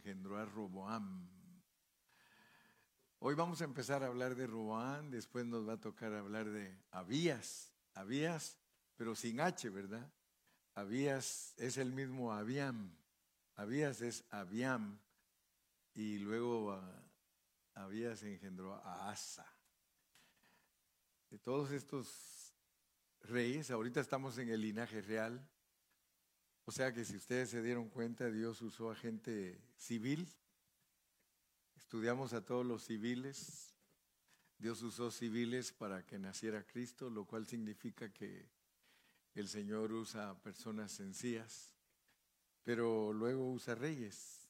engendró a Roboam. Hoy vamos a empezar a hablar de Roboam, después nos va a tocar hablar de Abías, pero sin H, ¿verdad? Abías es el mismo Abiam, Abías es Abiam, y luego Abías engendró a Asa. De todos estos reyes, ahorita estamos en el linaje real, o sea que si ustedes se dieron cuenta, Dios usó a gente civil. Estudiamos a todos los civiles. Dios usó civiles para que naciera Cristo, lo cual significa que el Señor usa personas sencillas, pero luego usa reyes.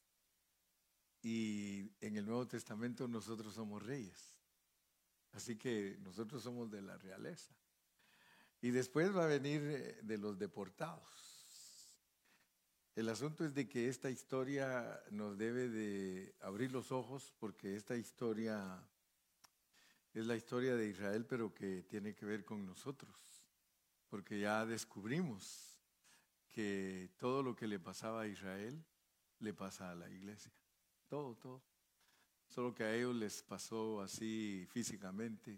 Y en el Nuevo Testamento nosotros somos reyes. Así que nosotros somos de la realeza. Y después va a venir de los deportados. El asunto es de que esta historia nos debe de abrir los ojos, porque esta historia es la historia de Israel, pero que tiene que ver con nosotros, porque ya descubrimos que todo lo que le pasaba a Israel le pasa a la iglesia, todo. Solo que a ellos les pasó así físicamente,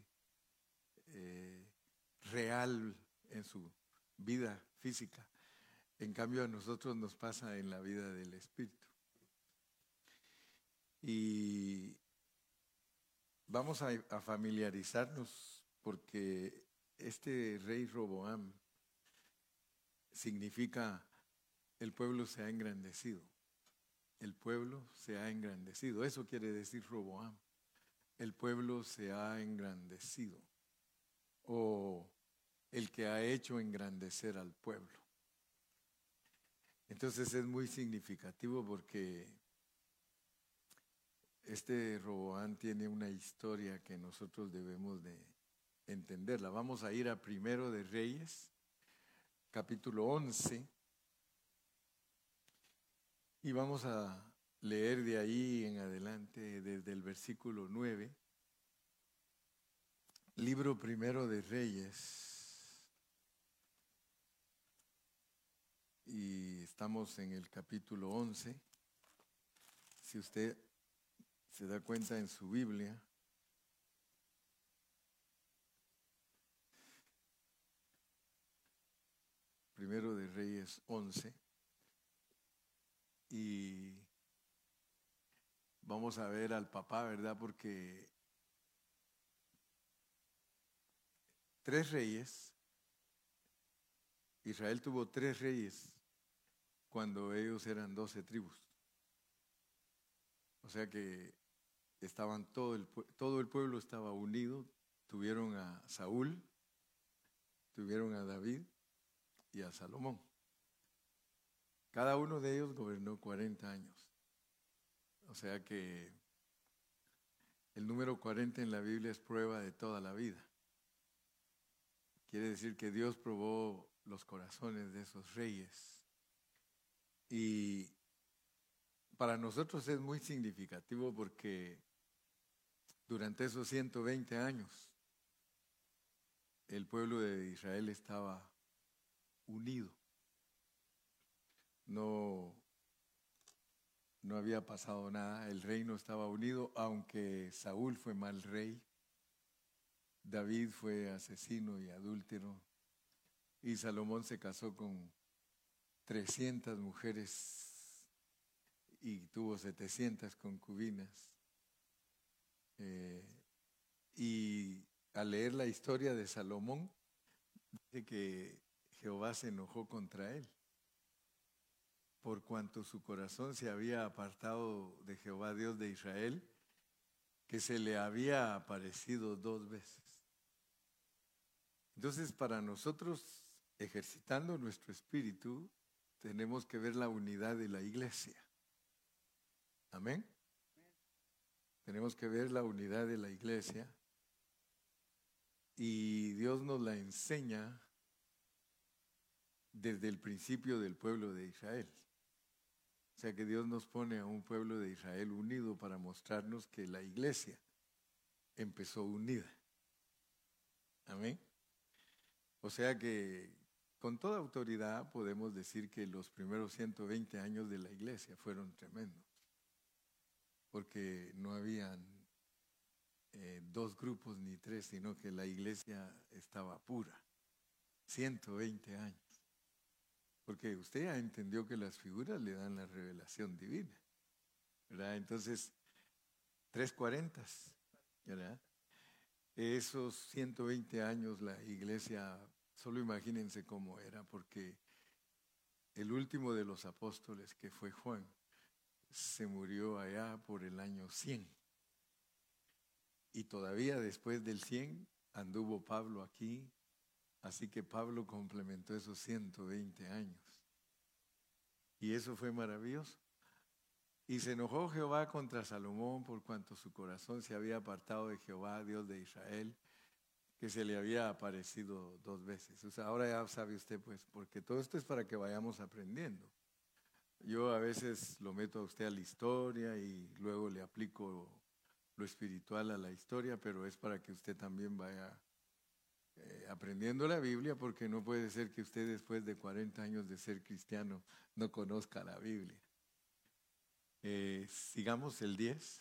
real en su vida física. En cambio a nosotros nos pasa en la vida del Espíritu. Y vamos a familiarizarnos, porque este rey Roboam significa el pueblo se ha engrandecido. El pueblo se ha engrandecido. Eso quiere decir Roboam. El pueblo se ha engrandecido. O el que ha hecho engrandecer al pueblo. Entonces es muy significativo porque este Roboam tiene una historia que nosotros debemos de entenderla. Vamos a ir a Primero de Reyes, capítulo 11, y vamos a leer de ahí en adelante desde el versículo 9. Libro Primero de Reyes, y estamos en el capítulo 11. Si usted se da cuenta en su Biblia, Primero de Reyes 11, y vamos a ver al papá, ¿verdad? Porque 3 reyes, Israel tuvo 3 reyes cuando ellos eran 12 tribus. O sea que estaban todo el pueblo estaba unido. Tuvieron a Saúl, tuvieron a David y a Salomón. Cada uno de ellos gobernó 40 años. O sea que el número 40 en la Biblia es prueba de toda la vida. Quiere decir que Dios probó los corazones de esos reyes. Y para nosotros es muy significativo porque durante esos 120 años el pueblo de Israel estaba unido. No había pasado nada, el reino estaba unido, aunque Saúl fue mal rey, David fue asesino y adúltero, y Salomón se casó con 300 mujeres y tuvo 700 concubinas. Y al leer la historia de Salomón, dice que Jehová se enojó contra él, por cuanto su corazón se había apartado de Jehová Dios de Israel, que se le había aparecido 2 veces. Entonces, para nosotros, ejercitando nuestro espíritu, tenemos que ver la unidad de la iglesia. Amén. Tenemos que ver la unidad de la iglesia, y Dios nos la enseña desde el principio del pueblo de Israel. O sea que Dios nos pone a un pueblo de Israel unido para mostrarnos que la iglesia empezó unida. Amén. O sea que con toda autoridad podemos decir que los primeros 120 años de la iglesia fueron tremendos. porque no habían dos grupos ni tres, sino que la iglesia estaba pura. 120 años. Porque usted ya entendió que las figuras le dan la revelación divina, ¿verdad? Entonces, 340, ¿verdad? Esos 120 años la iglesia, solo imagínense cómo era, porque el último de los apóstoles, que fue Juan, se murió allá por el año 100. Y todavía después del 100 anduvo Pablo aquí, así que Pablo complementó esos 120 años. Y eso fue maravilloso. Y se enojó Jehová contra Salomón por cuanto su corazón se había apartado de Jehová, Dios de Israel, que se le había aparecido 2 veces. O sea, ahora ya sabe usted, pues, porque todo esto es para que vayamos aprendiendo. Yo a veces lo meto a usted a la historia y luego le aplico lo espiritual a la historia, pero es para que usted también vaya aprendiendo la Biblia, porque no puede ser que usted después de 40 años de ser cristiano no conozca la Biblia. Sigamos el 10.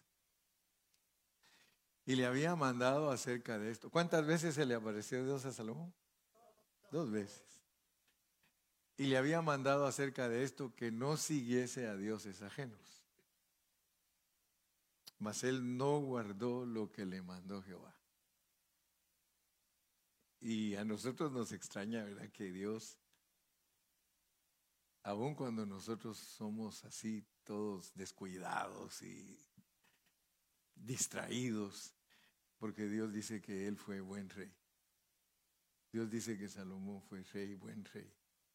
Y le había mandado acerca de esto. ¿Cuántas veces se le apareció Dios a Salomón? 2 veces. Y le había mandado acerca de esto que no siguiese a dioses ajenos. Mas él no guardó lo que le mandó Jehová. Y a nosotros nos extraña, ¿verdad? Que Dios, aun cuando nosotros somos así todos descuidados y distraídos, porque Dios dice que él fue buen rey. Dios dice que Salomón fue rey, buen rey.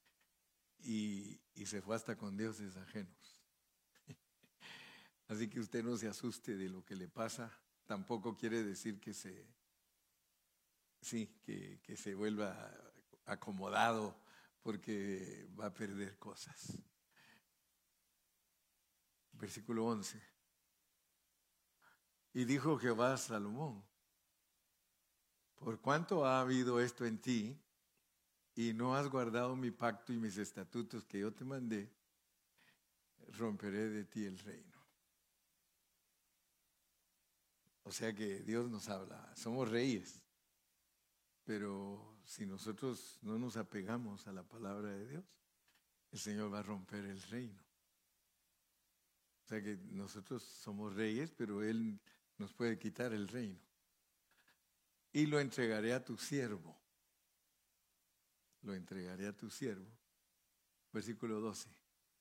Y se fue hasta con dioses ajenos. Así que usted no se asuste de lo que le pasa. Tampoco quiere decir que se vuelva acomodado, porque va a perder cosas. Versículo 11. Y dijo Jehová a Salomón: por cuanto ha habido esto en ti, y no has guardado mi pacto y mis estatutos que yo te mandé, romperé de ti el reino. O sea que Dios nos habla, somos reyes, pero si nosotros no nos apegamos a la palabra de Dios, el Señor va a romper el reino. O sea que nosotros somos reyes, pero Él nos puede quitar el reino. Y lo entregaré a tu siervo. Lo entregaré a tu siervo. Versículo 12.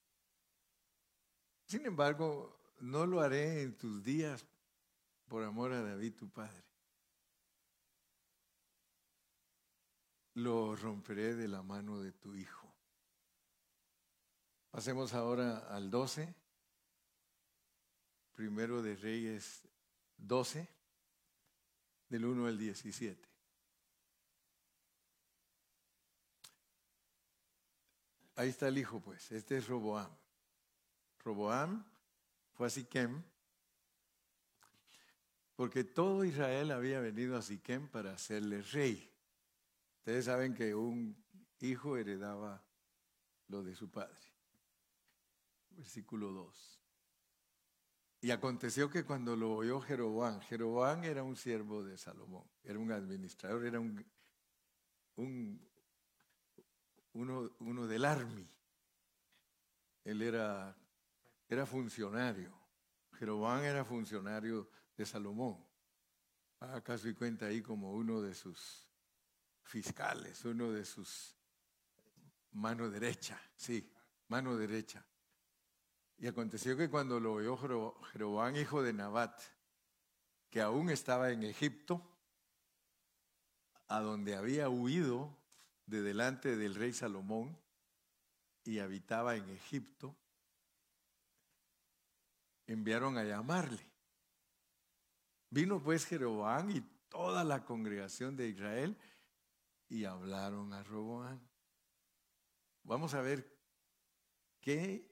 Sin embargo, no lo haré en tus días por amor a David tu padre. Lo romperé de la mano de tu hijo. Pasemos ahora al 12. Primero de Reyes 12, del 1 al 17. Ahí está el hijo, pues. Este es Roboam. Roboam fue a Siquem, porque todo Israel había venido a Siquem para hacerle rey. Ustedes saben que un hijo heredaba lo de su padre. Versículo 2. Y aconteció que cuando lo oyó Jeroboam era un siervo de Salomón, era un administrador, era uno del army. Él era funcionario. Jeroboam era funcionario de Salomón. Haga caso y cuenta ahí como uno de sus fiscales, uno de sus mano derecha, sí, mano derecha. Y aconteció que cuando lo oyó Jeroboam, hijo de Nabat, que aún estaba en Egipto, a donde había huido de delante del rey Salomón y habitaba en Egipto, enviaron a llamarle. Vino pues Jeroboam y toda la congregación de Israel y hablaron a Roboam. Vamos a ver qué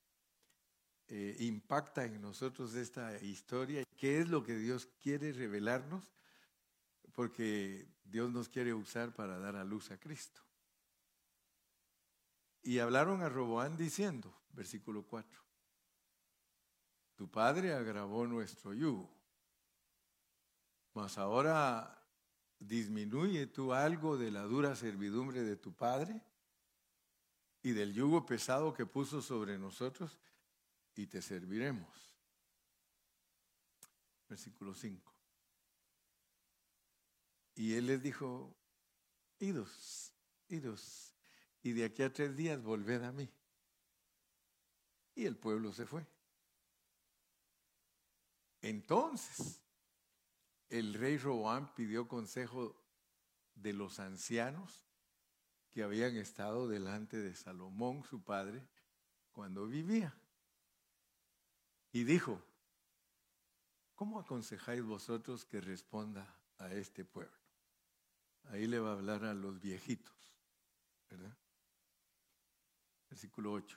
impacta en nosotros esta historia y qué es lo que Dios quiere revelarnos, porque Dios nos quiere usar para dar a luz a Cristo. Y hablaron a Roboam diciendo, versículo 4, tu padre agravó nuestro yugo, mas ahora disminuye tú algo de la dura servidumbre de tu padre y del yugo pesado que puso sobre nosotros, y te serviremos. Versículo 5. Y él les dijo, idos, y de aquí a 3 días volved a mí. Y el pueblo se fue. Entonces, el rey Roboam pidió consejo de los ancianos que habían estado delante de Salomón, su padre, cuando vivía. Y dijo, ¿cómo aconsejáis vosotros que responda a este pueblo? Ahí le va a hablar a los viejitos, ¿verdad? Versículo 8,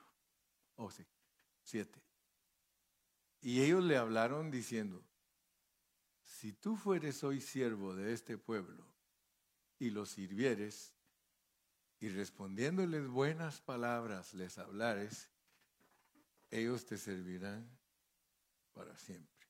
7. Y ellos le hablaron diciendo, si tú fueres hoy siervo de este pueblo y los sirvieres, y respondiéndoles buenas palabras les hablares, ellos te servirán para siempre.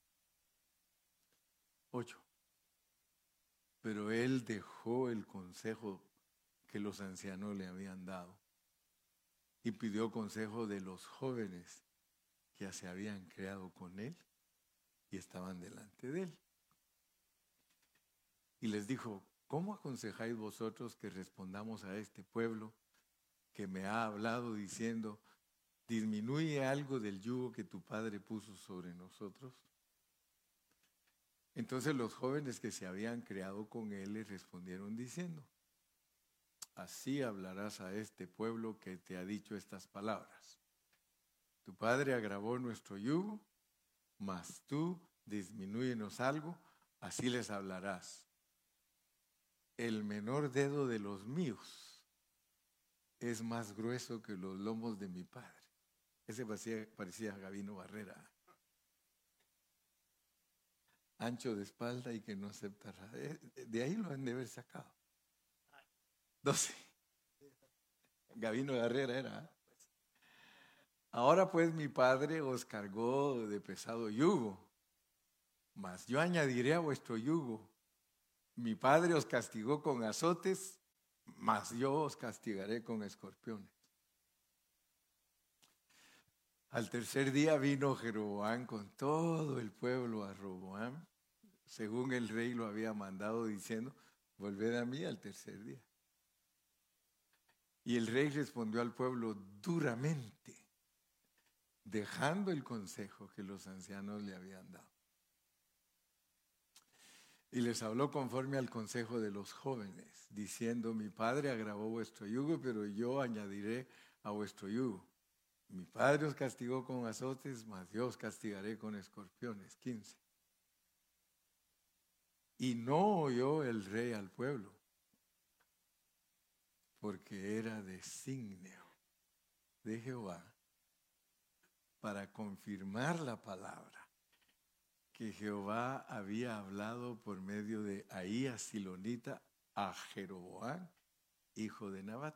8. Pero él dejó el consejo que los ancianos le habían dado y pidió consejo de los jóvenes que se habían creado con él y estaban delante de él. Y les dijo, ¿cómo aconsejáis vosotros que respondamos a este pueblo que me ha hablado diciendo, disminuye algo del yugo que tu padre puso sobre nosotros? Entonces los jóvenes que se habían creado con él le respondieron diciendo, así hablarás a este pueblo que te ha dicho estas palabras. Tu padre agravó nuestro yugo, mas tú disminúyenos algo, así les hablarás. El menor dedo de los míos es más grueso que los lomos de mi padre. Ese parecía Gabino Barrera. Ancho de espalda y que no acepta. De ahí lo han de haber sacado. 12. Gabino Barrera era. Ahora pues mi padre os cargó de pesado yugo, mas yo añadiré a vuestro yugo. Mi padre os castigó con azotes, mas yo os castigaré con escorpiones. Al tercer día vino Jeroboam con todo el pueblo a Roboam, según el rey lo había mandado, diciendo, volved a mí al tercer día. Y el rey respondió al pueblo duramente, dejando el consejo que los ancianos le habían dado. Y les habló conforme al consejo de los jóvenes, diciendo, mi padre agravó vuestro yugo, pero yo añadiré a vuestro yugo. Mi padre os castigó con azotes, mas yo os castigaré con escorpiones. 15. Y no oyó el rey al pueblo, porque era designio de Jehová para confirmar la palabra que Jehová había hablado por medio de Ahías Silonita a Jeroboam, hijo de Nabat.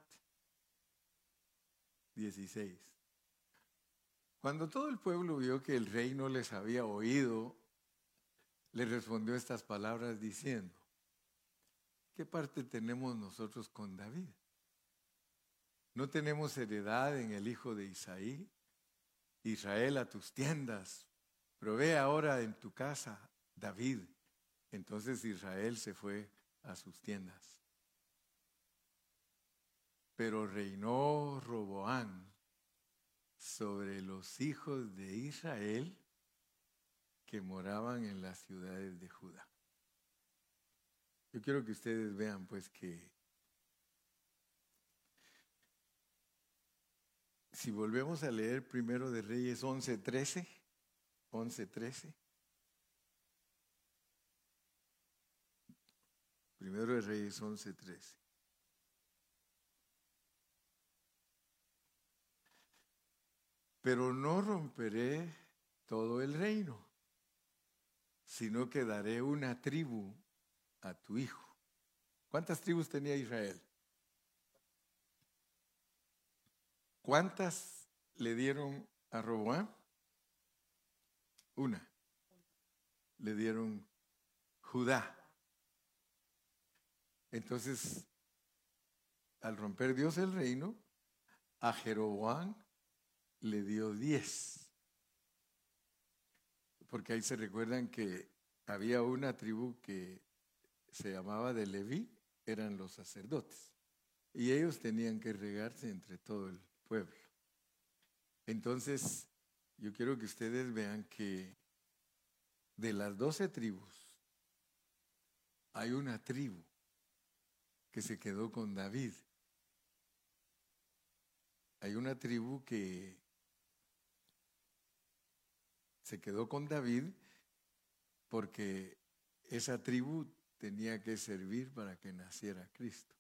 16. Cuando todo el pueblo vio que el rey no les había oído, le respondió estas palabras diciendo, ¿qué parte tenemos nosotros con David? ¿No tenemos heredad en el hijo de Isaí? Israel, a tus tiendas, provee ahora en tu casa David. Entonces Israel se fue a sus tiendas. Pero reinó Roboam sobre los hijos de Israel que moraban en las ciudades de Judá. Yo quiero que ustedes vean pues que si volvemos a leer Primero de Reyes 11:13, Primero de Reyes 11:13. Pero no romperé todo el reino, sino que daré una tribu a tu hijo. ¿Cuántas tribus tenía Israel? ¿Cuántas le dieron a Roboam? Una. Le dieron Judá. Entonces, al romper Dios el reino, a Jeroboam le dio 10. Porque ahí se recuerdan que había una tribu que se llamaba de Leví, eran los sacerdotes. Y ellos tenían que regarse entre todo el pueblo. Entonces, yo quiero que ustedes vean que de las 12 tribus, hay una tribu que se quedó con David. Hay una tribu que se quedó con David porque esa tribu tenía que servir para que naciera Cristo.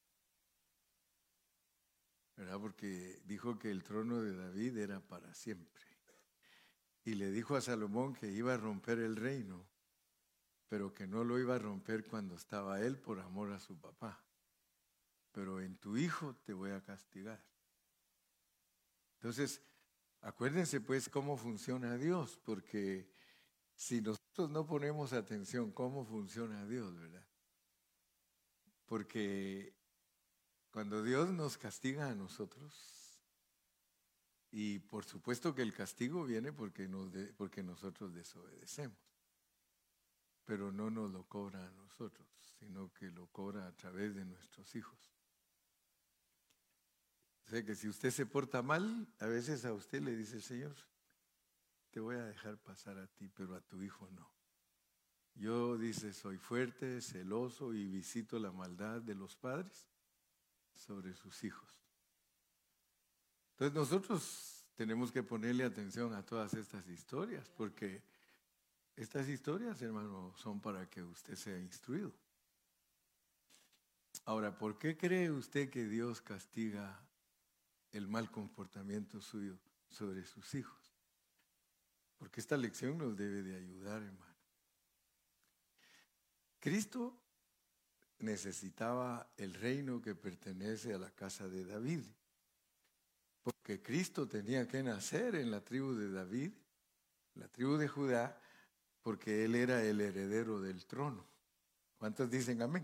¿Verdad? Porque dijo que el trono de David era para siempre. Y le dijo a Salomón que iba a romper el reino, pero que no lo iba a romper cuando estaba él por amor a su papá. Pero en tu hijo te voy a castigar. Entonces, acuérdense pues cómo funciona Dios, porque si nosotros no ponemos atención cómo funciona Dios, ¿verdad? Porque cuando Dios nos castiga a nosotros, y por supuesto que el castigo viene porque nosotros desobedecemos, pero no nos lo cobra a nosotros, sino que lo cobra a través de nuestros hijos. O sea que si usted se porta mal, a veces a usted le dice el Señor, te voy a dejar pasar a ti, pero a tu hijo no. Yo, dice, soy fuerte, celoso y visito la maldad de los padres sobre sus hijos. Entonces nosotros tenemos que ponerle atención a todas estas historias, porque estas historias, hermano, son para que usted sea instruido. Ahora, ¿por qué cree usted que Dios castiga el mal comportamiento suyo sobre sus hijos? Porque esta lección nos debe de ayudar, hermano. Cristo necesitaba el reino que pertenece a la casa de David, porque Cristo tenía que nacer en la tribu de David, la tribu de Judá, porque él era el heredero del trono. ¿Cuántos dicen amén?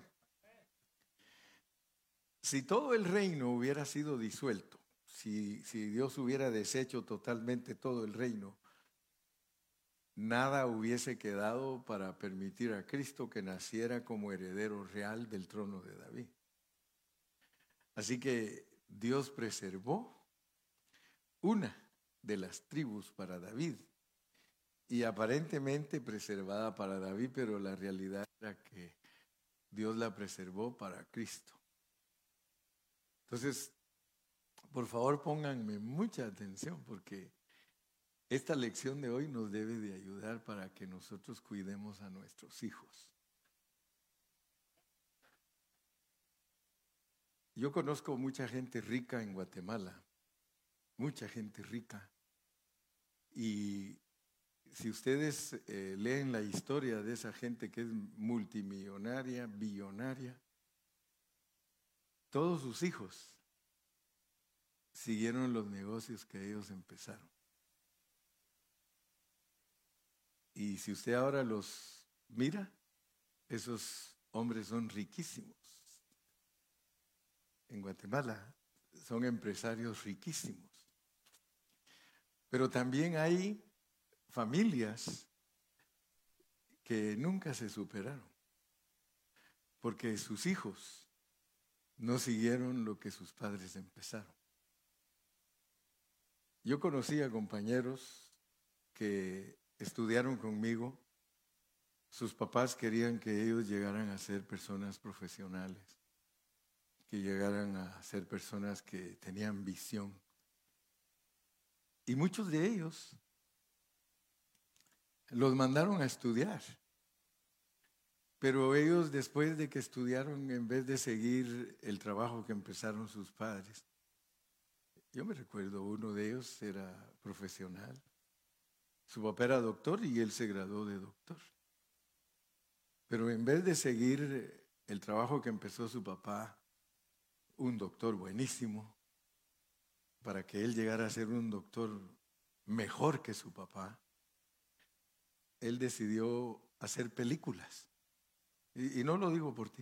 Si todo el reino hubiera sido disuelto, si Dios hubiera deshecho totalmente todo el reino, nada hubiese quedado para permitir a Cristo que naciera como heredero real del trono de David. Así que Dios preservó una de las tribus para David, y aparentemente preservada para David, pero la realidad era que Dios la preservó para Cristo. Entonces, por favor pónganme mucha atención, porque esta lección de hoy nos debe de ayudar para que nosotros cuidemos a nuestros hijos. Yo conozco mucha gente rica en Guatemala, mucha gente rica, y si ustedes leen la historia de esa gente que es multimillonaria, billonaria, todos sus hijos siguieron los negocios que ellos empezaron. Y si usted ahora los mira, esos hombres son riquísimos. En Guatemala son empresarios riquísimos. Pero también hay familias que nunca se superaron, porque sus hijos no siguieron lo que sus padres empezaron. Yo conocí a compañeros que estudiaron conmigo. Sus papás querían que ellos llegaran a ser personas profesionales, que llegaran a ser personas que tenían visión. Y muchos de ellos los mandaron a estudiar. Pero ellos, después de que estudiaron, en vez de seguir el trabajo que empezaron sus padres, yo me recuerdo, uno de ellos era profesional. Su papá era doctor y él se graduó de doctor. Pero en vez de seguir el trabajo que empezó su papá, un doctor buenísimo, para que él llegara a ser un doctor mejor que su papá, él decidió hacer películas. Y no lo digo por ti.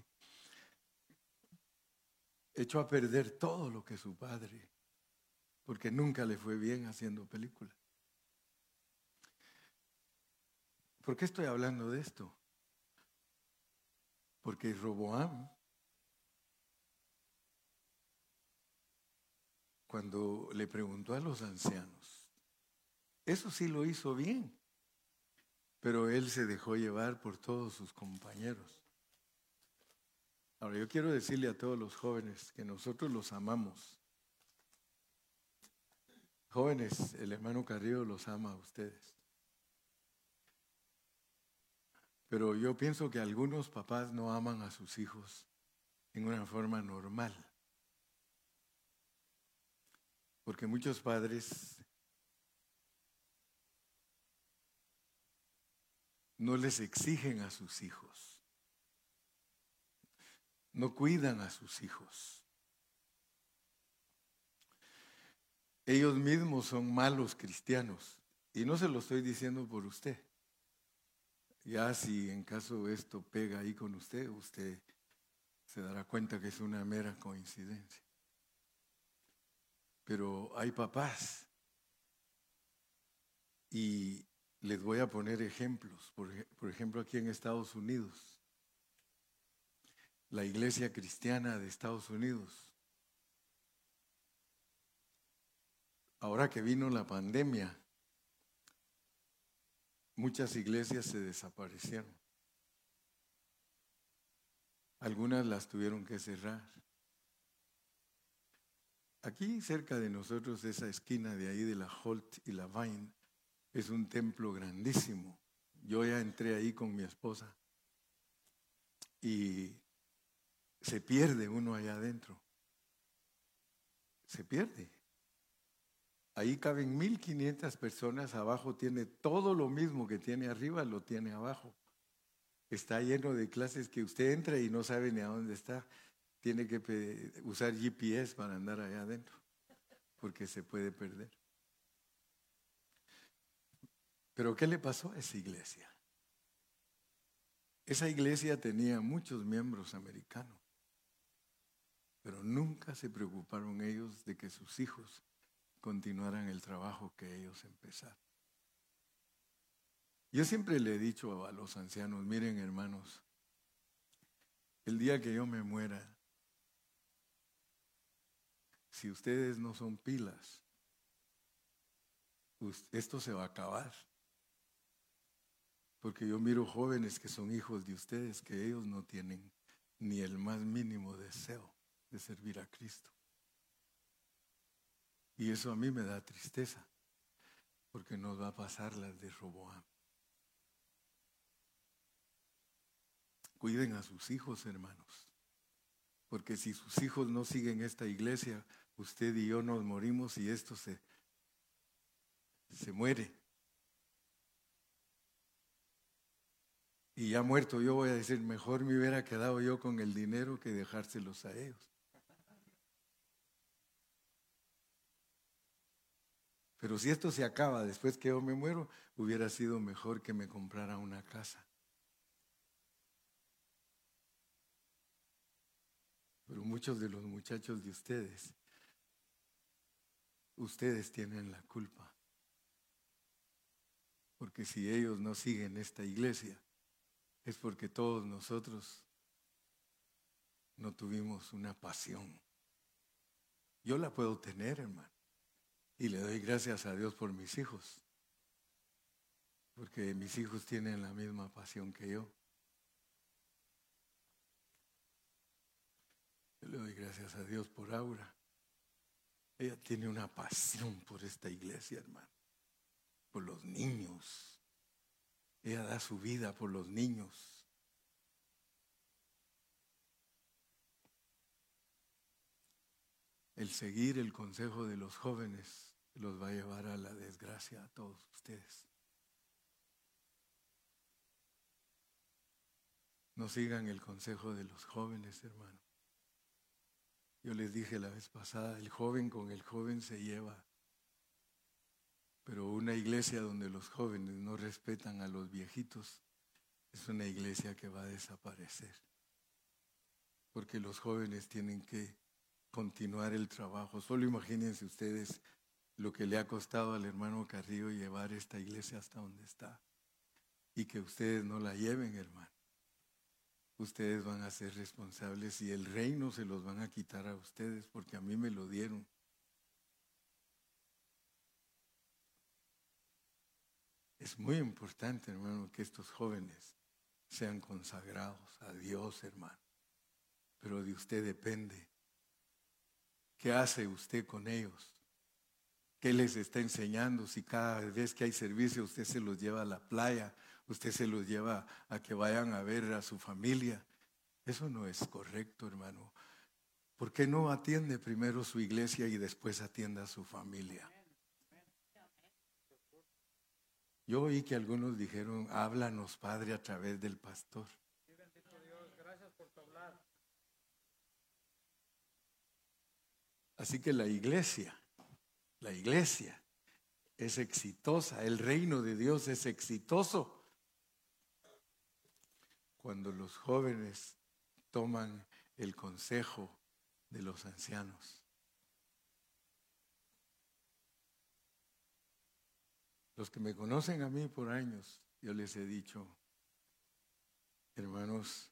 Echó a perder todo lo que su padre, porque nunca le fue bien haciendo películas. ¿Por qué estoy hablando de esto? Porque Roboam, cuando le preguntó a los ancianos, eso sí lo hizo bien, pero él se dejó llevar por todos sus compañeros. Ahora, yo quiero decirle a todos los jóvenes que nosotros los amamos. Jóvenes, el hermano Carrillo los ama a ustedes. Pero yo pienso que algunos papás no aman a sus hijos en una forma normal. Porque muchos padres no les exigen a sus hijos. No cuidan a sus hijos. Ellos mismos son malos cristianos. Y no se lo estoy diciendo por usted. Ya si en caso esto pega ahí con usted, usted se dará cuenta que es una mera coincidencia. Pero hay papás. Y les voy a poner ejemplos. Por ejemplo, aquí en Estados Unidos. La iglesia cristiana de Estados Unidos. Ahora que vino la pandemia, muchas iglesias se desaparecieron. Algunas las tuvieron que cerrar. Aquí cerca de nosotros, esa esquina de ahí de la Holt y la Vine, es un templo grandísimo. Yo ya entré ahí con mi esposa y se pierde uno allá adentro. Se pierde. Ahí caben 1,500 personas, abajo tiene todo lo mismo que tiene arriba, lo tiene abajo. Está lleno de clases que usted entra y no sabe ni a dónde está. Tiene que usar GPS para andar allá adentro, porque se puede perder. Pero ¿qué le pasó a esa iglesia? Esa iglesia tenía muchos miembros americanos, pero nunca se preocuparon ellos de que sus hijos continuaran el trabajo que ellos empezaron. Yo siempre le he dicho a los ancianos, miren hermanos, el día que yo me muera, si ustedes no son pilas, esto se va a acabar. Porque yo miro jóvenes que son hijos de ustedes, que ellos no tienen ni el más mínimo deseo de servir a Cristo. Y eso a mí me da tristeza, porque nos va a pasar las de Roboam. Cuiden a sus hijos, hermanos, porque si sus hijos no siguen esta iglesia, usted y yo nos morimos y esto se muere. Y ya muerto yo voy a decir, mejor me hubiera quedado yo con el dinero que dejárselos a ellos. Pero si esto se acaba después que yo me muero, hubiera sido mejor que me comprara una casa. Pero muchos de los muchachos de ustedes tienen la culpa. Porque si ellos no siguen esta iglesia, es porque todos nosotros no tuvimos una pasión. Yo la puedo tener, hermano. Y le doy gracias a Dios por mis hijos. Porque mis hijos tienen la misma pasión que yo. Yo le doy gracias a Dios por Aura. Ella tiene una pasión por esta iglesia, hermano. Por los niños. Ella da su vida por los niños. El seguir el consejo de los jóvenes los va a llevar a la desgracia a todos ustedes. No sigan el consejo de los jóvenes, hermano. Yo les dije la vez pasada, el joven con el joven se lleva. Pero una iglesia donde los jóvenes no respetan a los viejitos es una iglesia que va a desaparecer. Porque los jóvenes tienen que continuar el trabajo. Solo imagínense ustedes lo que le ha costado al hermano Carrillo llevar esta iglesia hasta donde está. Y que ustedes no la lleven, hermano. Ustedes van a ser responsables y el reino se los van a quitar a ustedes porque a mí me lo dieron. Es muy importante, hermano, que estos jóvenes sean consagrados a Dios, hermano. Pero de usted depende. ¿Qué hace usted con ellos? ¿Qué les está enseñando? Si cada vez que hay servicio usted se los lleva a la playa, usted se los lleva a que vayan a ver a su familia. Eso no es correcto, hermano. ¿Por qué no atiende primero su iglesia y después atienda a su familia? Yo oí que algunos dijeron, háblanos, Padre, a través del pastor. Así que la iglesia es exitosa, el reino de Dios es exitoso cuando los jóvenes toman el consejo de los ancianos. Los que me conocen a mí por años, yo les he dicho, hermanos,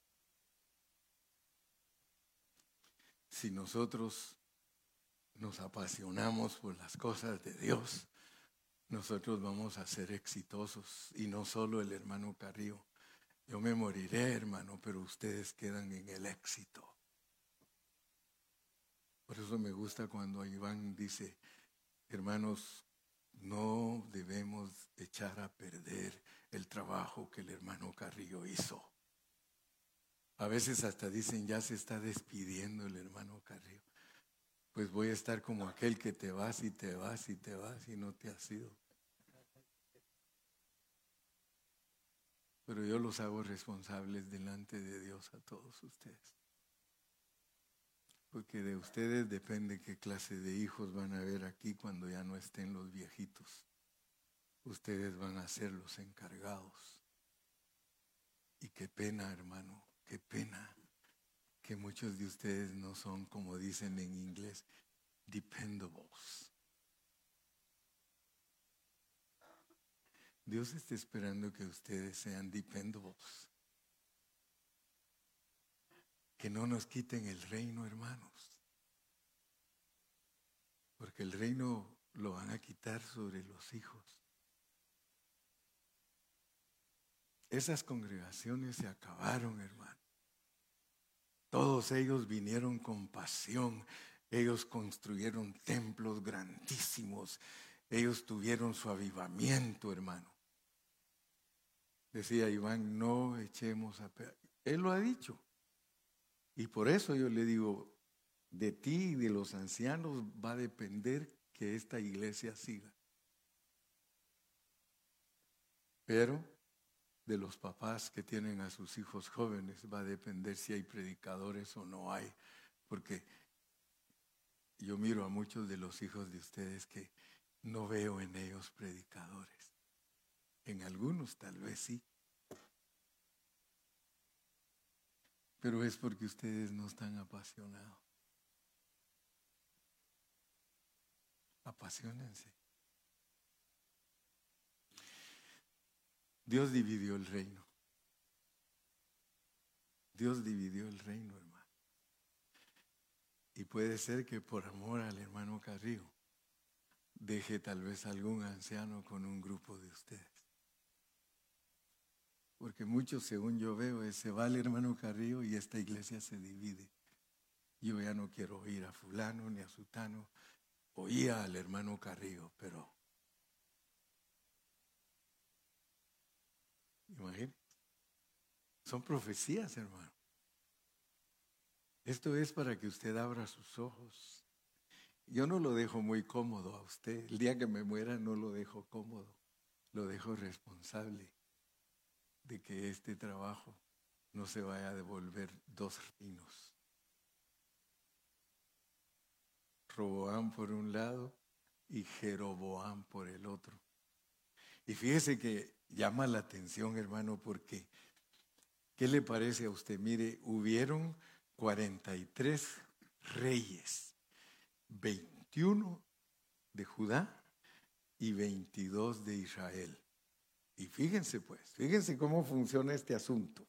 si nosotros nos apasionamos por las cosas de Dios, nosotros vamos a ser exitosos. Y no solo el hermano Carrillo. Yo me moriré, hermano, pero ustedes quedan en el éxito. Por eso me gusta cuando Iván dice, hermanos, no debemos echar a perder el trabajo que el hermano Carrillo hizo. A veces hasta dicen, ya se está despidiendo el hermano Carrillo. Pues voy a estar como aquel que te vas y te vas y te vas y no te has ido. Pero yo los hago responsables delante de Dios a todos ustedes. Porque de ustedes depende qué clase de hijos van a haber aquí cuando ya no estén los viejitos. Ustedes van a ser los encargados. Y qué pena, hermano, qué pena que muchos de ustedes no son, como dicen en inglés, dependables. Dios está esperando que ustedes sean dependables. Que no nos quiten el reino, hermanos. Porque el reino lo van a quitar sobre los hijos. Esas congregaciones se acabaron, hermano. Todos ellos vinieron con pasión. Ellos construyeron templos grandísimos. Ellos tuvieron su avivamiento, hermano. Decía Iván, no echemos a perder. Él lo ha dicho. Y por eso yo le digo, de ti y de los ancianos va a depender que esta iglesia siga. Pero de los papás que tienen a sus hijos jóvenes va a depender si hay predicadores o no hay. Porque yo miro a muchos de los hijos de ustedes que no veo en ellos predicadores. En algunos tal vez sí. Pero es porque ustedes no están apasionados. Apasionense. Dios dividió el reino. Dios dividió el reino, hermano. Y puede ser que por amor al hermano Carrillo deje tal vez algún anciano con un grupo de ustedes. Porque muchos, según yo veo, se va el hermano Carrillo y esta iglesia se divide. Yo ya no quiero oír a fulano ni a sutano. Oía al hermano Carrillo, pero imagínense, son profecías, hermano. Esto es para que usted abra sus ojos. Yo no lo dejo muy cómodo a usted. El día que me muera no lo dejo cómodo. Lo dejo responsable de que este trabajo no se vaya a devolver dos reinos. Roboam por un lado y Jeroboam por el otro. Y fíjese que llama la atención, hermano, porque ¿qué le parece a usted? Mire, hubieron 43 reyes, 21 de Judá y 22 de Israel. Y fíjense pues, fíjense cómo funciona este asunto.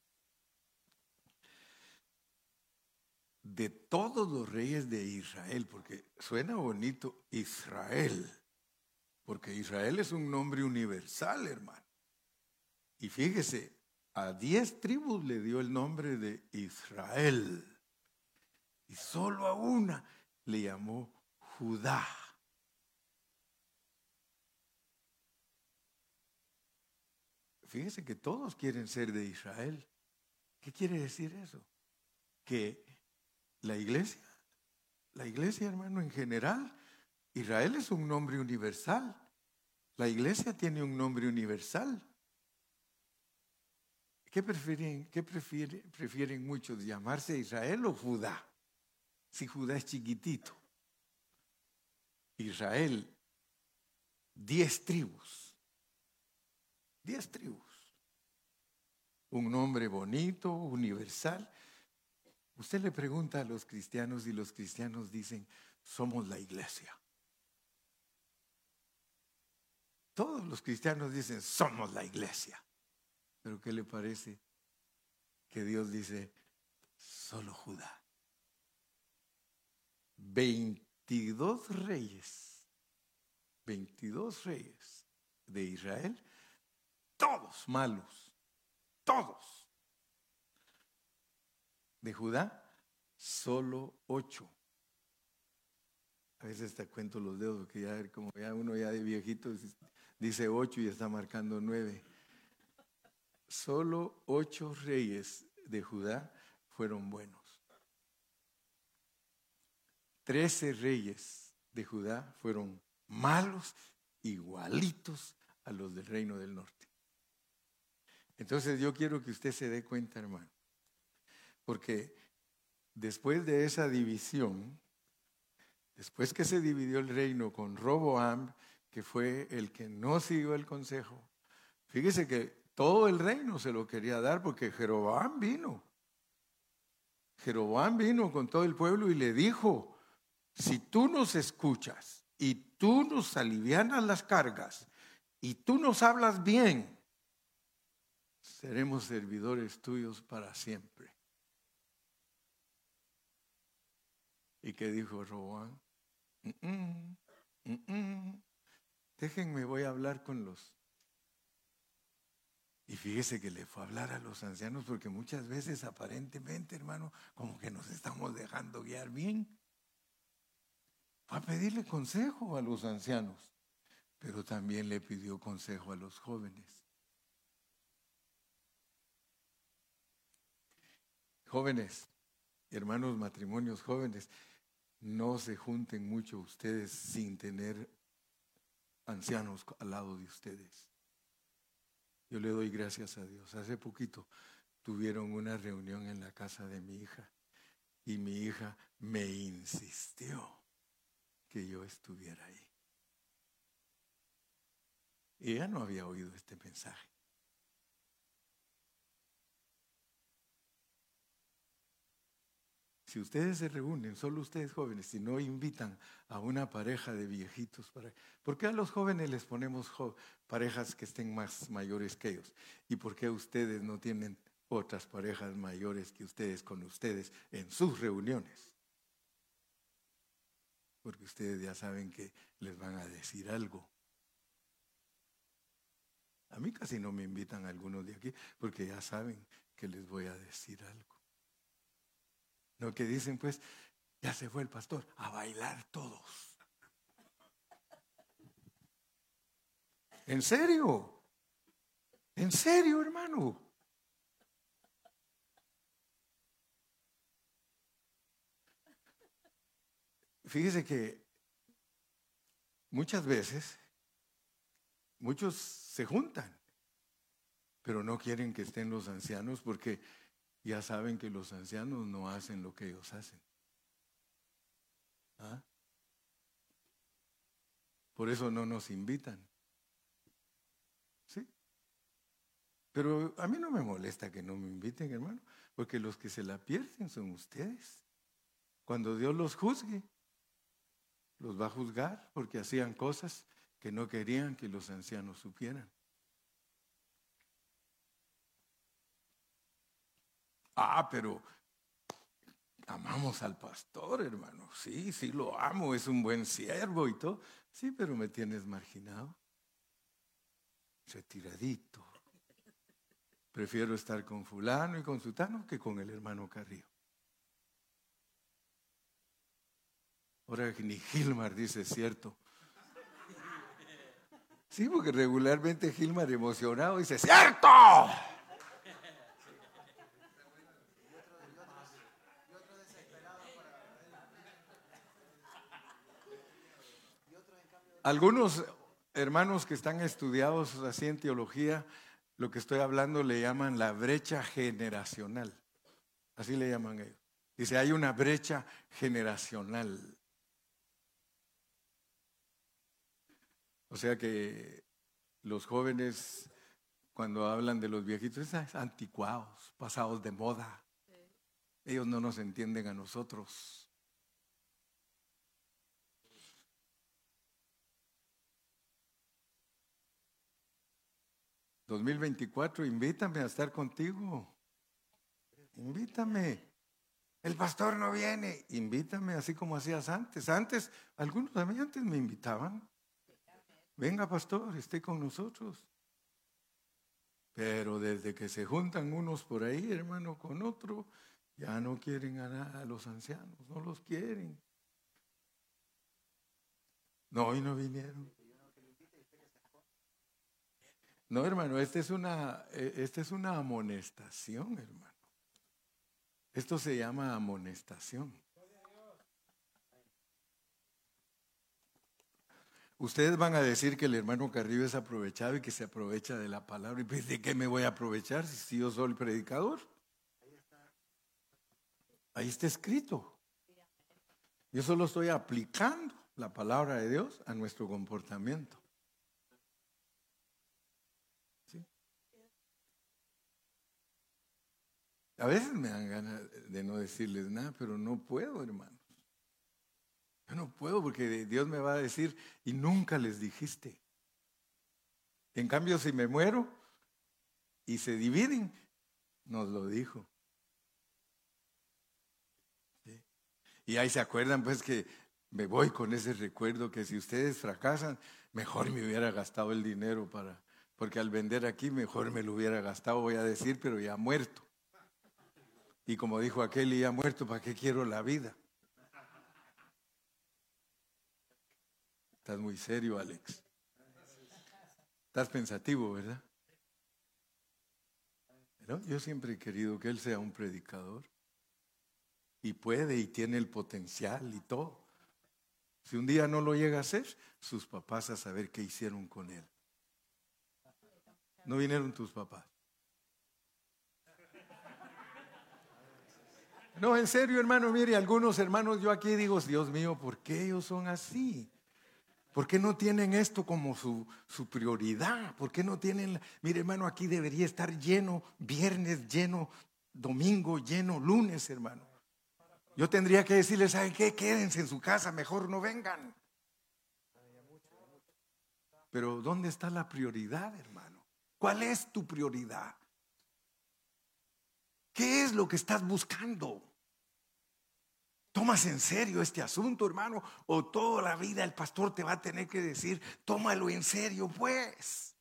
De todos los reyes de Israel, porque suena bonito Israel, porque Israel es un nombre universal, hermano. Y fíjese, a 10 tribus le dio el nombre de Israel. Y solo a una le llamó Judá. Fíjese que todos quieren ser de Israel. ¿Qué quiere decir eso? Que la iglesia, hermano, en general, Israel es un nombre universal. La iglesia tiene un nombre universal. ¿Qué prefieren muchos, llamarse Israel o Judá? Si Judá es chiquitito. Israel, 10 tribus. 10 tribus. Un nombre bonito, universal. Usted le pregunta a los cristianos y los cristianos dicen, somos la iglesia. Todos los cristianos dicen, somos la iglesia. Pero ¿qué le parece que Dios dice, solo Judá? 22 reyes de Israel, todos malos, todos. De Judá, solo 8. A veces hasta cuento los dedos, porque ya como ya uno ya de viejito dice 8 y está marcando 9. Solo 8 reyes de Judá fueron buenos. 13 reyes de Judá fueron malos, igualitos a los del reino del norte. Entonces yo quiero que usted se dé cuenta, hermano, porque después de esa división, después que se dividió el reino con Roboam, que fue el que no siguió el consejo, fíjese que todo el reino se lo quería dar porque Jeroboam vino. Jeroboam vino con todo el pueblo y le dijo, si tú nos escuchas y tú nos alivianas las cargas y tú nos hablas bien, seremos servidores tuyos para siempre. ¿Y qué dijo Roboam? Déjenme, voy a hablar con los... Y fíjese que le fue a hablar a los ancianos porque muchas veces aparentemente, hermano, como que nos estamos dejando guiar bien. Fue a pedirle consejo a los ancianos, pero también le pidió consejo a los jóvenes. Jóvenes, hermanos, matrimonios jóvenes, no se junten mucho ustedes sin tener ancianos al lado de ustedes. Yo le doy gracias a Dios. Hace poquito tuvieron una reunión en la casa de mi hija y mi hija me insistió que yo estuviera ahí. Ella no había oído este mensaje. Si ustedes se reúnen, solo ustedes jóvenes, si no invitan a una pareja de viejitos, ¿por qué a los jóvenes les ponemos parejas que estén más mayores que ellos? ¿Y por qué ustedes no tienen otras parejas mayores que ustedes con ustedes en sus reuniones? Porque ustedes ya saben que les van a decir algo. A mí casi no me invitan algunos de aquí porque ya saben que les voy a decir algo. Lo que dicen pues, ya se fue el pastor, a bailar todos. ¿En serio? ¿En serio, hermano? Fíjese que muchas veces, muchos se juntan, pero no quieren que estén los ancianos porque ya saben que los ancianos no hacen lo que ellos hacen. ¿Ah? Por eso no nos invitan. ¿sí? Pero a mí no me molesta que no me inviten, hermano, porque los que se la pierden son ustedes. Cuando Dios los juzgue, los va a juzgar porque hacían cosas que no querían que los ancianos supieran. Pero amamos al pastor, hermano. Sí, sí lo amo, es un buen siervo y todo. Sí, pero me tienes marginado, retiradito. Prefiero estar con fulano y con sutano que con el hermano Carrillo. Ahora ni Gilmar dice cierto. Sí, porque regularmente Gilmar emocionado dice ¡cierto! Algunos hermanos que están estudiados así en teología, lo que estoy hablando le llaman la brecha generacional. Así le llaman ellos. Dice, hay una brecha generacional. O sea que los jóvenes, cuando hablan de los viejitos, es anticuados, pasados de moda. Ellos no nos entienden a nosotros. ...2024, invítame a estar contigo. Invítame. El pastor no viene. Invítame así como hacías antes. Antes, algunos de mí antes me invitaban. Venga, pastor, esté con nosotros. Pero desde que se juntan unos por ahí, hermano, con otro, ya no quieren a los ancianos, no los quieren. No, hoy no vinieron. No, hermano, esta es una amonestación, hermano. Esto se llama amonestación. Ustedes van a decir que el hermano Carrillo es aprovechado y que se aprovecha de la palabra. ¿Y pues de qué me voy a aprovechar si yo soy el predicador? Ahí está escrito. Yo solo estoy aplicando la palabra de Dios a nuestro comportamiento. ¿Sí? A veces me dan ganas de no decirles nada, pero no puedo, hermanos. Yo no puedo porque Dios me va a decir, y nunca les dijiste. En cambio, si me muero y se dividen, nos lo dijo. ¿Sí? Y ahí se acuerdan pues que me voy con ese recuerdo que si ustedes fracasan, mejor me hubiera gastado el dinero porque al vender aquí mejor me lo hubiera gastado, voy a decir, pero ya muerto. Y como dijo aquel, y ya muerto, ¿para qué quiero la vida? Estás muy serio, Alex. Estás pensativo, ¿verdad? Pero yo siempre he querido que él sea un predicador. Y puede y tiene el potencial y todo. Si un día no lo llega a hacer, sus papás a saber qué hicieron con él. ¿No vinieron tus papás? No, en serio, hermano, mire, algunos hermanos yo aquí digo, Dios mío, ¿por qué ellos son así? ¿Por qué no tienen esto como su prioridad? ¿Por qué no tienen? Mire, hermano, aquí debería estar lleno, viernes lleno, domingo lleno, lunes, hermano. Yo tendría que decirles, ¿saben qué? Quédense en su casa, mejor no vengan. Pero ¿dónde está la prioridad, hermano? ¿Cuál es tu prioridad? ¿Qué es lo que estás buscando? ¿Tomas en serio este asunto, hermano? ¿O toda la vida el pastor te va a tener que decir, tómalo en serio, pues?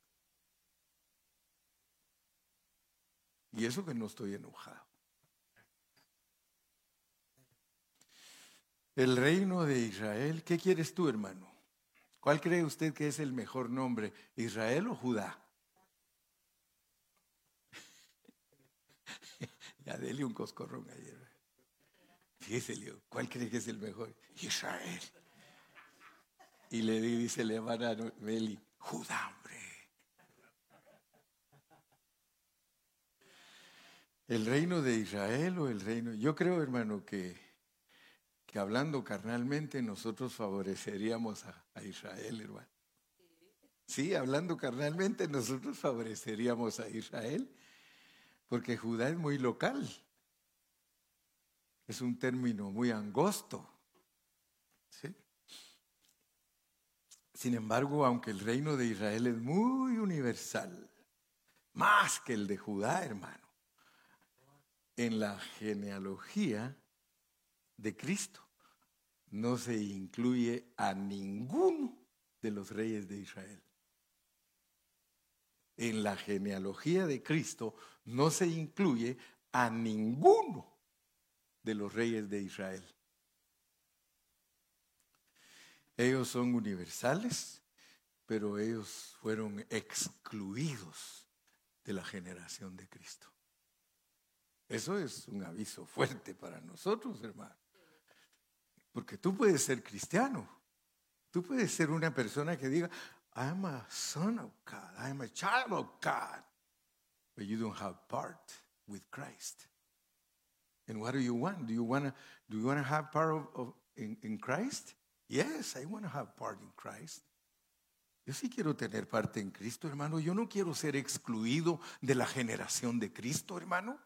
Y eso que no estoy enojado. El reino de Israel, ¿qué quieres tú, hermano? ¿Cuál cree usted que es el mejor nombre? ¿Israel o Judá? Ya dele un coscorrón ayer. Fíjese, Leo, ¿cuál cree que es el mejor? Israel. Y le dice la hermana Meli, Judá, hombre. ¿El reino de Israel o el reino? Yo creo, hermano, que hablando carnalmente nosotros favoreceríamos a Israel, hermano. Sí, hablando carnalmente, nosotros favoreceríamos a Israel, porque Judá es muy local. Es un término muy angosto. ¿Sí? Sin embargo, aunque el reino de Israel es muy universal, más que el de Judá, hermano, en la genealogía de Cristo no se incluye a ninguno de los reyes de Israel. En la genealogía de Cristo no se incluye a ninguno de los reyes de Israel. Ellos son universales, pero ellos fueron excluidos de la generación de Cristo. Eso es un aviso fuerte para nosotros, hermano. Porque tú puedes ser cristiano. Tú puedes ser una persona que diga, I'm a son of God, I'm a child of God. But you don't have part with Christ. And what do you want? Do you want to have part in Christ? Yes, I want to have part in Christ. Yo sí quiero tener parte en Cristo, hermano. Yo no quiero ser excluido de la generación de Cristo, hermano.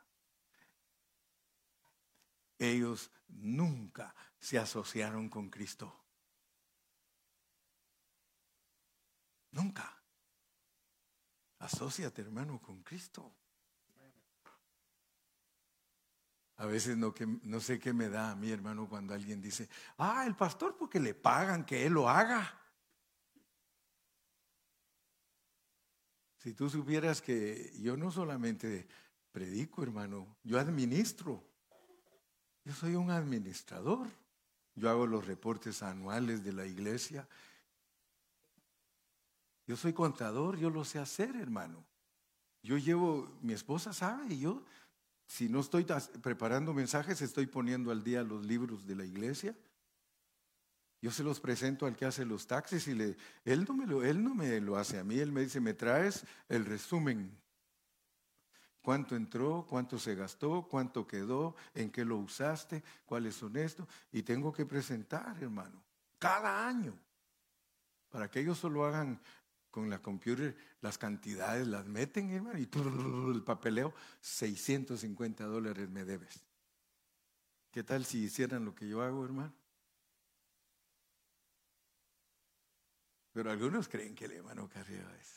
Ellos nunca se asociaron con Cristo. Nunca. Asóciate, hermano, con Cristo. A veces no sé qué me da a mí, hermano, cuando alguien dice, el pastor porque le pagan que él lo haga. Si tú supieras que yo no solamente predico, hermano, yo administro. Yo soy un administrador. Yo hago los reportes anuales de la iglesia. Yo soy contador, yo lo sé hacer, hermano. Mi esposa sabe, y yo, si no estoy preparando mensajes, estoy poniendo al día los libros de la iglesia. Yo se los presento al que hace los taxis y él no me lo hace a mí, él me dice, me traes el resumen. ¿Cuánto entró? ¿Cuánto se gastó? ¿Cuánto quedó? ¿En qué lo usaste? ¿Cuáles son estos? Y tengo que presentar, hermano, cada año, para que ellos solo hagan con la computer las cantidades, las meten, hermano, y el papeleo, $650 me debes. ¿Qué tal si hicieran lo que yo hago, hermano? Pero algunos creen que el hermano Carrillo es...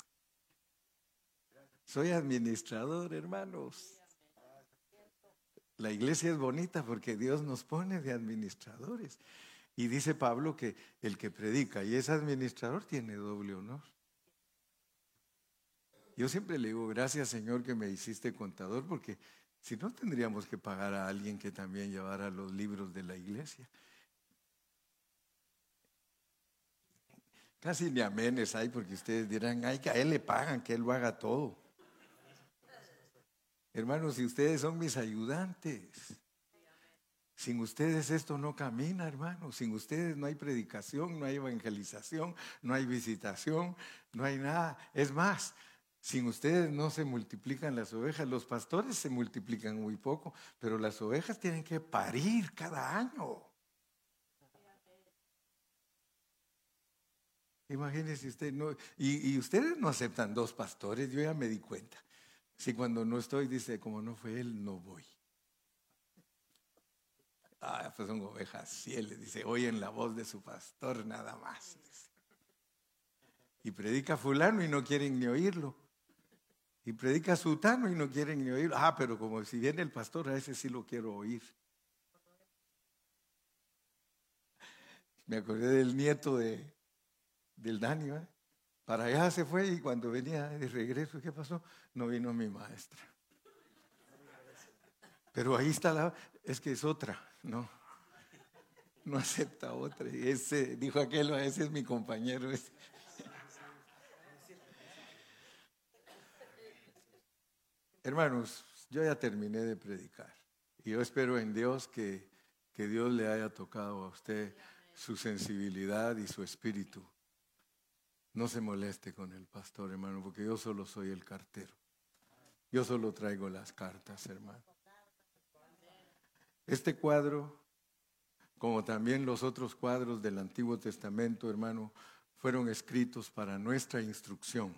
Soy administrador, hermanos. La iglesia es bonita porque Dios nos pone de administradores. Y dice Pablo que el que predica y es administrador tiene doble honor. Yo siempre le digo, gracias Señor que me hiciste contador, porque si no tendríamos que pagar a alguien que también llevara los libros de la iglesia. Casi ni amenes hay porque ustedes dirán, que a él le pagan, que él lo haga todo. Hermanos, si ustedes son mis ayudantes, sin ustedes esto no camina, hermanos. Sin ustedes no hay predicación, no hay evangelización, no hay visitación, no hay nada. Es más, sin ustedes no se multiplican las ovejas. Los pastores se multiplican muy poco, pero las ovejas tienen que parir cada año. Imagínense usted, y ustedes no aceptan 2 pastores, yo ya me di cuenta. Si cuando no estoy, dice, como no fue él, no voy. Pues son ovejas fieles, dice, oyen la voz de su pastor nada más. Y predica fulano y no quieren ni oírlo. Y predica sutano y no quieren ni oírlo. Pero como si viene el pastor, a ese sí lo quiero oír. Me acordé del nieto del Dani, ¿eh? Para allá se fue y cuando venía de regreso, ¿qué pasó? No vino mi maestra. Pero ahí está es que es otra, no acepta otra. Y ese, dijo aquel, ese es mi compañero. Hermanos, yo ya terminé de predicar. Y yo espero en Dios que Dios le haya tocado a usted su sensibilidad y su espíritu. No se moleste con el pastor, hermano, porque yo solo soy el cartero. Yo solo traigo las cartas, hermano. Este cuadro, como también los otros cuadros del Antiguo Testamento, hermano, fueron escritos para nuestra instrucción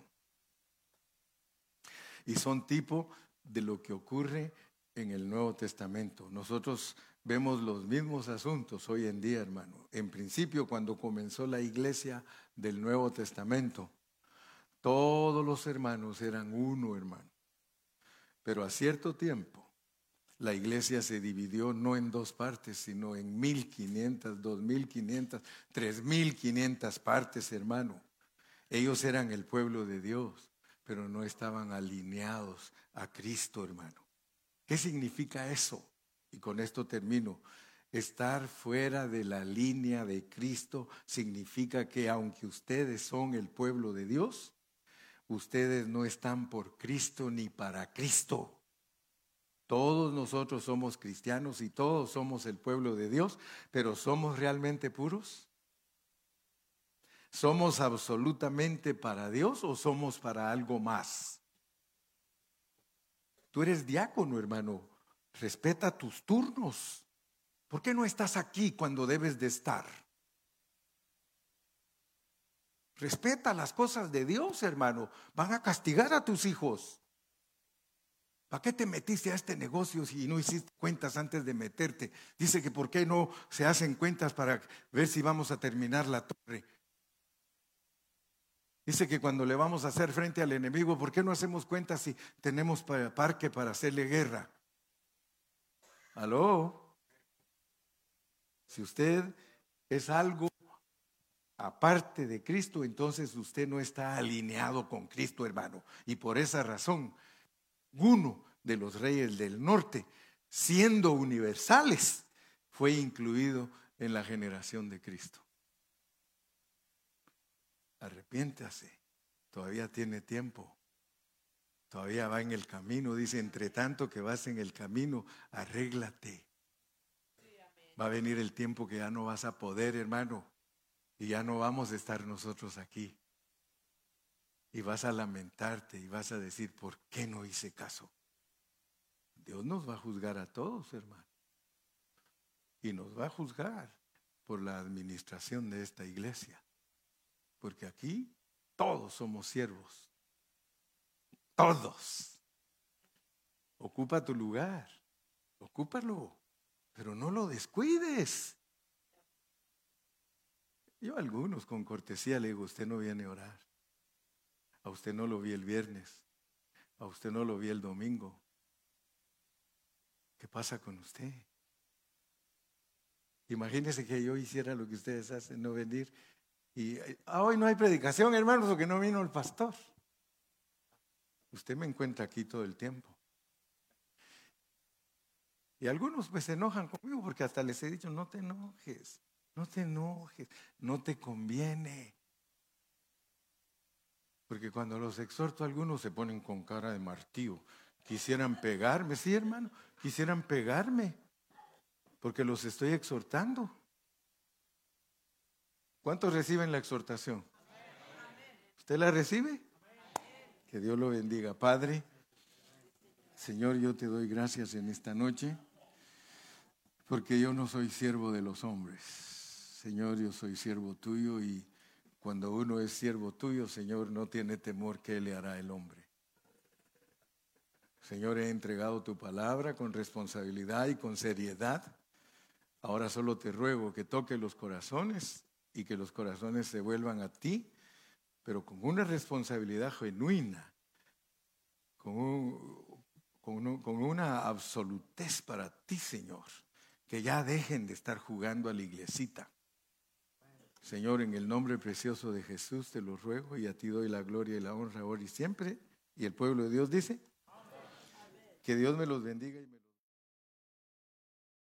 y son tipo de lo que ocurre en el Nuevo Testamento. Nosotros vemos los mismos asuntos hoy en día, hermano. En principio, cuando comenzó la iglesia del Nuevo Testamento, todos los hermanos eran uno, hermano. Pero a cierto tiempo, la iglesia se dividió no en dos partes, sino en 1,500, 2,500, 3,500 partes, hermano. Ellos eran el pueblo de Dios, pero no estaban alineados a Cristo, hermano. ¿Qué significa eso? Y con esto termino. Estar fuera de la línea de Cristo significa que aunque ustedes son el pueblo de Dios, ustedes no están por Cristo ni para Cristo. Todos nosotros somos cristianos y todos somos el pueblo de Dios, pero ¿somos realmente puros? ¿Somos absolutamente para Dios o somos para algo más? Tú eres diácono, hermano. Respeta tus turnos. ¿Por qué no estás aquí cuando debes de estar? Respeta las cosas de Dios, hermano. Van a castigar a tus hijos. ¿Para qué te metiste a este negocio si no hiciste cuentas antes de meterte? Dice que ¿por qué no se hacen cuentas para ver si vamos a terminar la torre? Dice que cuando le vamos a hacer frente al enemigo, ¿por qué no hacemos cuentas si tenemos parque para hacerle guerra? ¿Aló? Si usted es algo aparte de Cristo, entonces usted no está alineado con Cristo, hermano. Y por esa razón, uno de los reyes del norte, siendo universales, fue incluido en la generación de Cristo. Arrepiéntase, todavía tiene tiempo, todavía va en el camino. Dice, entre tanto que vas en el camino, arréglate. Va a venir el tiempo que ya no vas a poder, hermano, y ya no vamos a estar nosotros aquí. Y vas a lamentarte y vas a decir, ¿por qué no hice caso? Dios nos va a juzgar a todos, hermano. Y nos va a juzgar por la administración de esta iglesia. Porque aquí todos somos siervos. Todos. Ocupa tu lugar. Ocúpalo. Pero no lo descuides. Yo a algunos con cortesía le digo, usted no viene a orar. A usted no lo vi el viernes. A usted no lo vi el domingo. ¿Qué pasa con usted? Imagínese que yo hiciera lo que ustedes hacen, no venir. Y hoy no hay predicación, hermanos, porque no vino el pastor. Usted me encuentra aquí todo el tiempo. Y algunos pues se enojan conmigo porque hasta les he dicho, no te enojes, no te enojes, no te conviene. Porque cuando los exhorto, algunos se ponen con cara de martillo. Quisieran pegarme, sí, hermano, quisieran pegarme, porque los estoy exhortando. ¿Cuántos reciben la exhortación? ¿Usted la recibe? Que Dios lo bendiga. Padre, Señor, yo te doy gracias en esta noche, porque yo no soy siervo de los hombres. Señor, yo soy siervo tuyo y cuando uno es siervo tuyo, Señor, no tiene temor que le hará el hombre. Señor, he entregado tu palabra con responsabilidad y con seriedad. Ahora solo te ruego que toque los corazones y que los corazones se vuelvan a ti, pero con una responsabilidad genuina, con una absolutez para ti, Señor, que ya dejen de estar jugando a la iglesita. Señor, en el nombre precioso de Jesús te lo ruego y a ti doy la gloria y la honra ahora y siempre. Y el pueblo de Dios dice, que Dios me los bendiga y me